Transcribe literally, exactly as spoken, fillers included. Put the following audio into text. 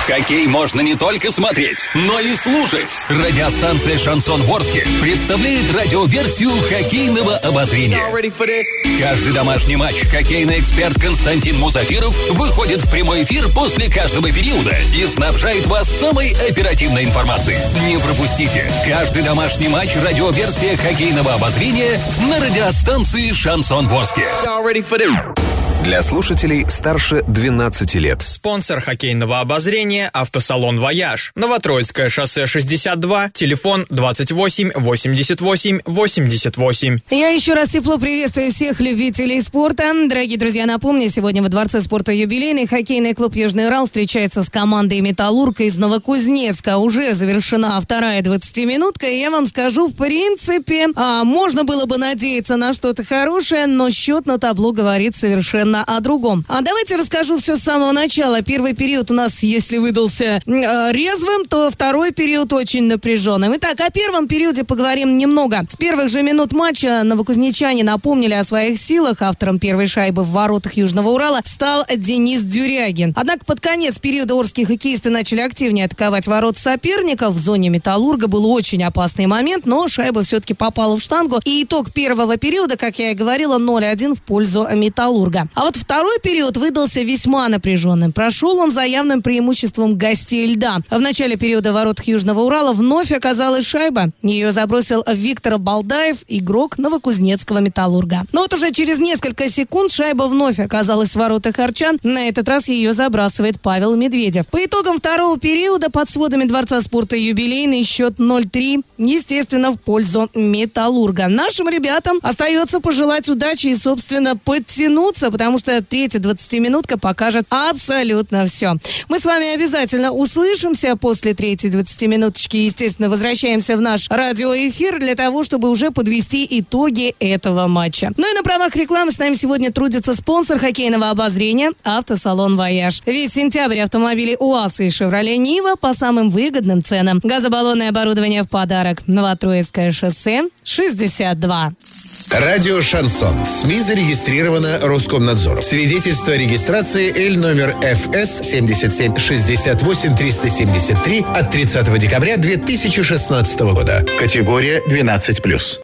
Хоккей можно не только смотреть, но и слушать. Радиостанция «Шансон Ворске» представляет радиоверсию хоккейного обозрения. Каждый домашний матч хоккейный эксперт Константин Музафиров выходит в прямой эфир после каждого периода и снабжает вас самой оперативной информацией. Не пропустите каждый домашний матч радиоверсия хоккейного обозрения на радиостанции «Шансон Ворске». Для слушателей старше двенадцати лет. Спонсор хоккейного обозрения — автосалон «Вояж». Новотроицкое шоссе шестьдесят два, телефон двадцать восемь восемьдесят восемь восемьдесят восемь. Я еще раз тепло приветствую всех любителей спорта. Дорогие друзья, напомню, сегодня во Дворце спорта «Юбилейный» хоккейный клуб «Южный Урал» встречается с командой «Металлург» из Новокузнецка. Уже завершена вторая двадцатиминутка, и я вам скажу, в принципе, а, можно было бы надеяться на что-то хорошее, но счет на табло говорит совершенно о другом. А давайте расскажу все с самого начала. Первый период у нас, если выдался э, резвым, то второй период очень напряженным. Итак, о первом периоде поговорим немного. С первых же минут матча новокузнечане напомнили о своих силах. Автором первой шайбы в воротах Южного Урала стал Денис Дюрягин. Однако под конец периода орские хоккеисты начали активнее атаковать ворота соперников. В зоне «Металлурга» был очень опасный момент, но шайба все-таки попала в штангу. И итог первого периода, как я и говорила, ноль один в пользу «Металлурга». А вот второй период выдался весьма напряженным. Прошел он за явным преимуществом гостей льда. В начале периода в воротах Южного Урала вновь оказалась шайба. Ее забросил Виктор Балдаев, игрок новокузнецкого «Металлурга». Но вот уже через несколько секунд шайба вновь оказалась в воротах арчан. На этот раз ее забрасывает Павел Медведев. По итогам второго периода под сводами Дворца спорта «Юбилейный» счет ноль три, естественно, в пользу «Металлурга». Нашим ребятам остается пожелать удачи и, собственно, подтянуться, потому что третья двадцатиминутка покажет абсолютно все. Мы с вами обязательно услышимся после третьей двадцатиминуточки. Естественно, возвращаемся в наш радиоэфир для того, чтобы уже подвести итоги этого матча. Ну и на правах рекламы с нами сегодня трудится спонсор хоккейного обозрения — автосалон «Вояж». Весь сентябрь автомобили УАЗ и «Шевроле Нива» по самым выгодным ценам. Газобаллонное оборудование в подарок. Новотроицкое шоссе шестьдесят два. Радио «Шансон». СМИ зарегистрировано Роскомнадзором. Свидетельство о регистрации Л номер Ф С семьдесят семь шестьдесят восемь триста семьдесят три от тридцатого декабря две тысячи шестнадцатого года. Категория двенадцать плюс.